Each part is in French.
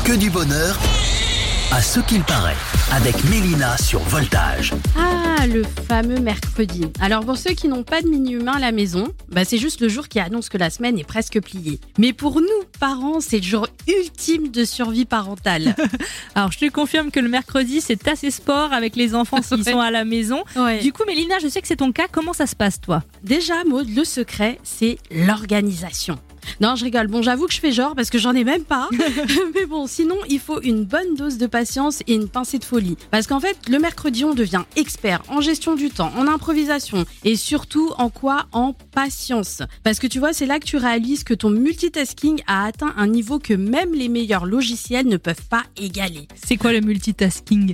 Que du bonheur à ce qu'il paraît, avec Mélina sur Voltage. Ah, le fameux mercredi. Alors pour ceux qui n'ont pas de mini-humain à la maison, c'est juste le jour qui annonce que la semaine est presque pliée. Mais pour nous, parents, c'est le jour ultime de survie parentale. Alors je te confirme que le mercredi, c'est assez sport avec les enfants s'ils sont à la maison. Ouais. Du coup, Mélina, je sais que c'est ton cas. Comment ça se passe, toi ? Déjà, Maud, le secret, c'est l'organisation. Non, je rigole. Bon, j'avoue que je fais genre parce que j'en ai même pas. Mais bon, sinon, il faut une bonne dose de patience et une pincée de folie. Parce qu'en fait, le mercredi, on devient expert en gestion du temps, en improvisation et surtout en quoi ? En patience. Parce que tu vois, c'est là que tu réalises que ton multitasking a atteint un niveau que même les meilleurs logiciels ne peuvent pas égaler. C'est quoi le multitasking ?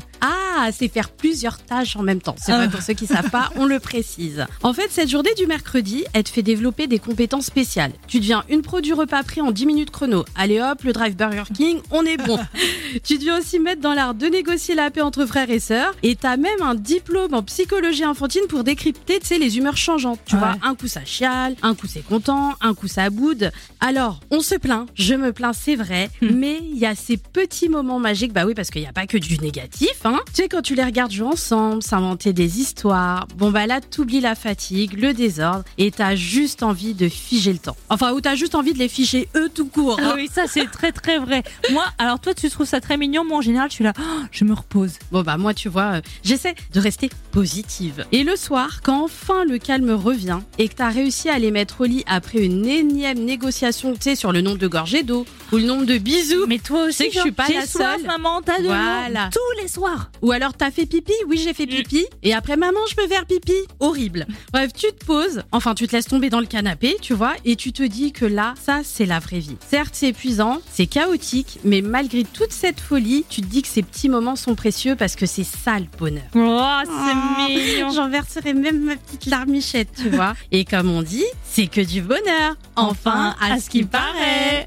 Ah, c'est faire plusieurs tâches en même temps. C'est vrai, pour ceux qui savent pas, on le précise. En fait, cette journée du mercredi, elle te fait développer des compétences spéciales. Tu deviens une pro du repas pris en 10 minutes chrono. Allez hop, le drive Burger King, on est bon. Tu deviens aussi mettre dans l'art de négocier la paix entre frères et sœurs. Et t'as même un diplôme en psychologie infantile pour décrypter, les humeurs changeantes. Tu vois, un coup ça chiale, un coup c'est content, un coup ça boude. Alors, on se plaint, je me plains, c'est vrai, mais il y a ces petits moments magiques, parce qu'il n'y a pas que du négatif, hein. Tu sais, quand tu les regardes jouer ensemble, s'inventer des histoires, là, t'oublies la fatigue, le désordre, et t'as juste envie de figer le temps. Enfin, ou t'as juste envie de les figer eux tout court. Hein. Oui, ça c'est très très vrai. Moi, alors toi tu trouves ça très mignon, moi en général je suis là, je me repose. Moi tu vois, j'essaie de rester positive. Et le soir, quand enfin le calme revient et que t'as réussi à les mettre au lit après une énième négociation, sur le nombre de gorgées d'eau ou le nombre de bisous. Mais toi aussi, que je suis pas la soif, seule. maman, t'as de Voilà. l'eau tous les soirs. Ou alors t'as fait pipi, oui j'ai fait pipi, et après maman je peux faire pipi, horrible. Bref, tu te poses, tu te laisses tomber dans le canapé, tu vois, et tu te dis que là, ça c'est la vraie vie. Certes c'est épuisant, c'est chaotique, mais malgré toute cette folie, tu te dis que ces petits moments sont précieux parce que c'est ça le bonheur. Oh, c'est mignon. J'en verserai même ma petite larmichette, tu vois. Et comme on dit, c'est que du bonheur. Enfin, à ce qui paraît.